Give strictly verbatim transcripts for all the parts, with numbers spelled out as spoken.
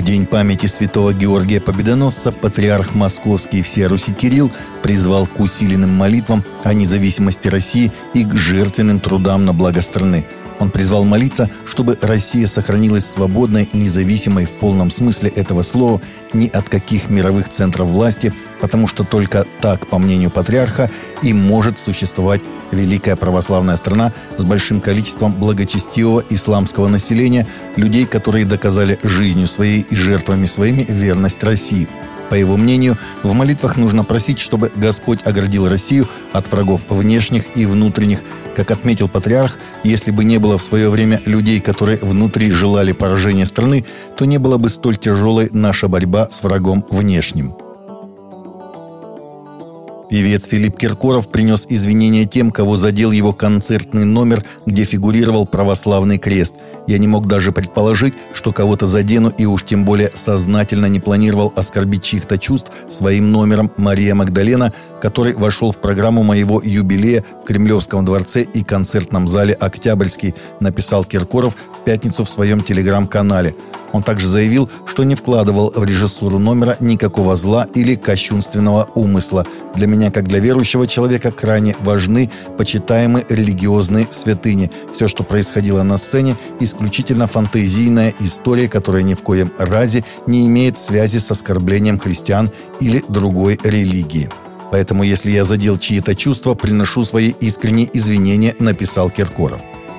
В день памяти святого Георгия Победоносца патриарх Московский и всея Руси Кирилл призвал к усиленным молитвам о независимости России и к жертвенным трудам на благо страны. Он призвал молиться, чтобы Россия сохранилась свободной, независимой в полном смысле этого слова ни от каких мировых центров власти, потому что только так, по мнению патриарха, и может существовать великая православная страна с большим количеством благочестивого исламского населения, людей, которые доказали жизнью своей и жертвами своими верность России. По его мнению, в молитвах нужно просить, чтобы Господь оградил Россию от врагов внешних и внутренних. Как отметил патриарх, если бы не было в свое время людей, которые внутри желали поражения страны, то не было бы столь тяжелой наша борьба с врагом внешним. Певец Филипп Киркоров принес извинения тем, кого задел его концертный номер, где фигурировал православный крест. «Я не мог даже предположить, что кого-то задену, и уж тем более сознательно не планировал оскорбить чьих-то чувств своим номером «Мария Магдалена», который вошел в программу моего юбилея в Кремлевском дворце и концертном зале «Октябрьский», написал Киркоров в пятницу в своем телеграм-канале. Он также заявил, что не вкладывал в режиссуру номера никакого зла или кощунственного умысла. «Для меня, как для верующего человека, крайне важны почитаемые религиозные святыни. Все, что происходило на сцене, исключительно фантазийная история, которая ни в коем разе не имеет связи с оскорблением христиан или другой религии. Поэтому, если я задел чьи-то чувства, приношу свои искренние извинения», — написал Киркоров.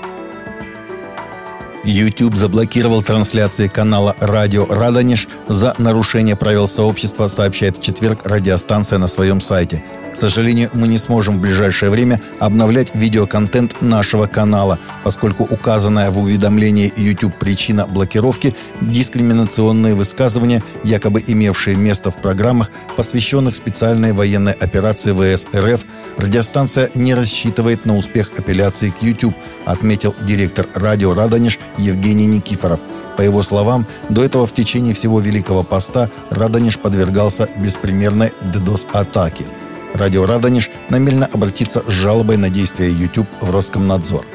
YouTube заблокировал трансляции канала «Радио Радонеж» за нарушение правил сообщества, сообщает в четверг радиостанция на своем сайте. «К сожалению, мы не сможем в ближайшее время обновлять видеоконтент нашего канала, поскольку указанная в уведомлении YouTube причина блокировки – дискриминационные высказывания, якобы имевшие место в программах, посвященных специальной военной операции ВС РФ. Радиостанция не рассчитывает на успех апелляции к YouTube», отметил директор «Радио Радонеж» Евгений Никифоров. По его словам, до этого в течение всего Великого Поста Радонеж подвергался беспримерной ддос-атаке. Радио Радонеж намерено обратиться с жалобой на действия YouTube в Роскомнадзор.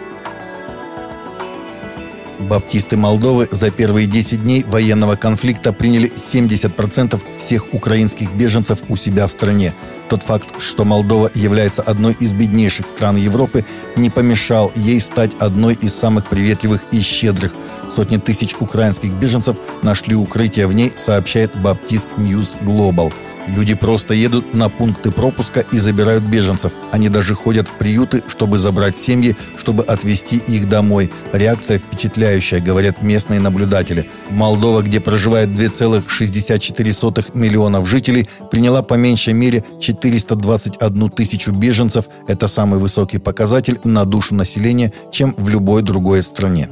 Баптисты Молдовы за первые десять дней военного конфликта приняли семьдесят процентов всех украинских беженцев у себя в стране. Тот факт, что Молдова является одной из беднейших стран Европы, не помешал ей стать одной из самых приветливых и щедрых. Сотни тысяч украинских беженцев нашли укрытие в ней, сообщает Baptist News Global. Люди просто едут на пункты пропуска и забирают беженцев. Они даже ходят в приюты, чтобы забрать семьи, чтобы отвезти их домой. Реакция впечатляющая, говорят местные наблюдатели. Молдова, где проживает два целых шестьдесят четыре сотых миллионов жителей, приняла по меньшей мере четыреста двадцать одну тысячу беженцев. Это самый высокий показатель на душу населения, чем в любой другой стране.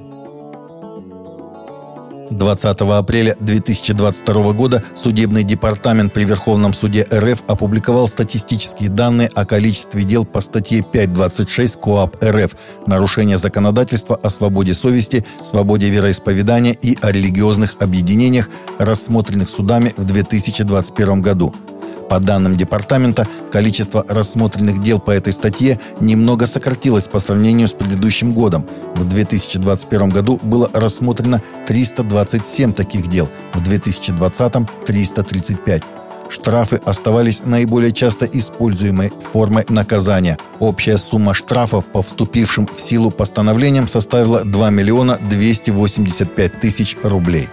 двадцатого апреля две тысячи двадцать второго года Судебный департамент при Верховном суде РФ опубликовал статистические данные о количестве дел по статье пятьсот двадцать шесть КоАП РФ «Нарушение законодательства о свободе совести, свободе вероисповедания и о религиозных объединениях», рассмотренных судами в две тысячи двадцать первом году. По данным департамента, количество рассмотренных дел по этой статье немного сократилось по сравнению с предыдущим годом. В две тысячи двадцать первом году было рассмотрено триста двадцать семь таких дел, в две тысячи двадцатом – триста тридцать пять. Штрафы оставались наиболее часто используемой формой наказания. Общая сумма штрафов по вступившим в силу постановлениям составила два миллиона двести восемьдесят пять тысяч рублей.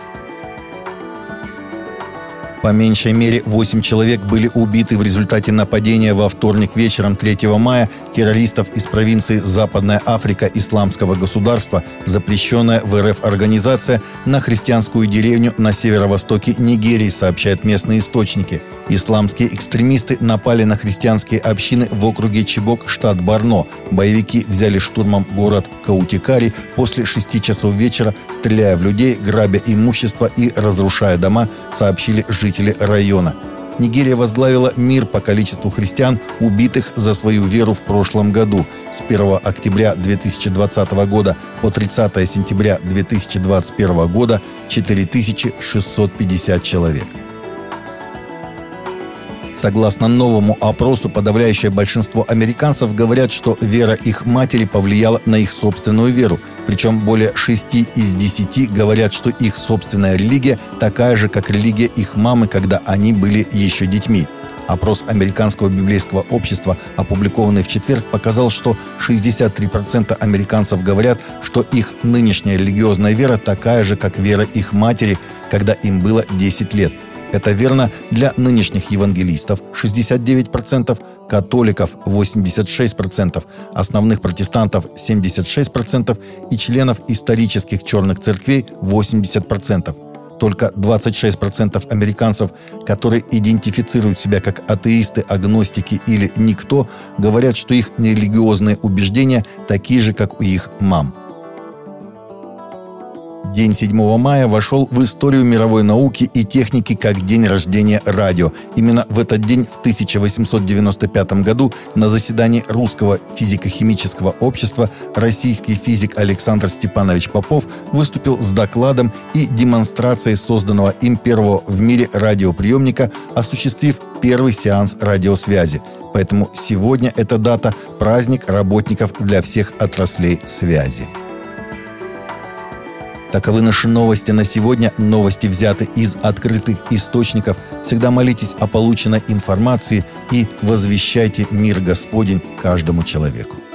По меньшей мере восемь человек были убиты в результате нападения во вторник вечером третьего мая террористов из провинции Западная Африка Исламского государства, запрещенная в РФ организация, на христианскую деревню на северо-востоке Нигерии, сообщают местные источники. Исламские экстремисты напали на христианские общины в округе Чибок, штат Борно. Боевики взяли штурмом город Каутикари после шести часов вечера, стреляя в людей, грабя имущество и разрушая дома, сообщили жители района. Нигерия возглавила мир по количеству христиан, убитых за свою веру в прошлом году. С первого октября две тысячи двадцатого года по тридцатого сентября две тысячи двадцать первого года четыре тысячи шестьсот пятьдесят человек. Согласно новому опросу, подавляющее большинство американцев говорят, что вера их матери повлияла на их собственную веру. Причем более шести из десяти говорят, что их собственная религия такая же, как религия их мамы, когда они были еще детьми. Опрос Американского библейского общества, опубликованный в четверг, показал, что шестьдесят три процента американцев говорят, что их нынешняя религиозная вера такая же, как вера их матери, когда им было десять лет. Это верно для нынешних евангелистов – шестьдесят девять процентов, католиков – восемьдесят шесть процентов, основных протестантов – семьдесят шесть процентов и членов исторических черных церквей – восемьдесят процентов. Только двадцать шесть процентов американцев, которые идентифицируют себя как атеисты, агностики или никто, говорят, что их нерелигиозные убеждения такие же, как у их мам. День седьмого мая вошел в историю мировой науки и техники как день рождения радио. Именно в этот день в тысяча восемьсот девяносто пятом году на заседании Русского физико-химического общества российский физик Александр Степанович Попов выступил с докладом и демонстрацией созданного им первого в мире радиоприемника, осуществив первый сеанс радиосвязи. Поэтому сегодня эта дата – праздник работников для всех отраслей связи. Таковы наши новости на сегодня. Новости взяты из открытых источников. Всегда молитесь о полученной информации и возвещайте мир Господень каждому человеку.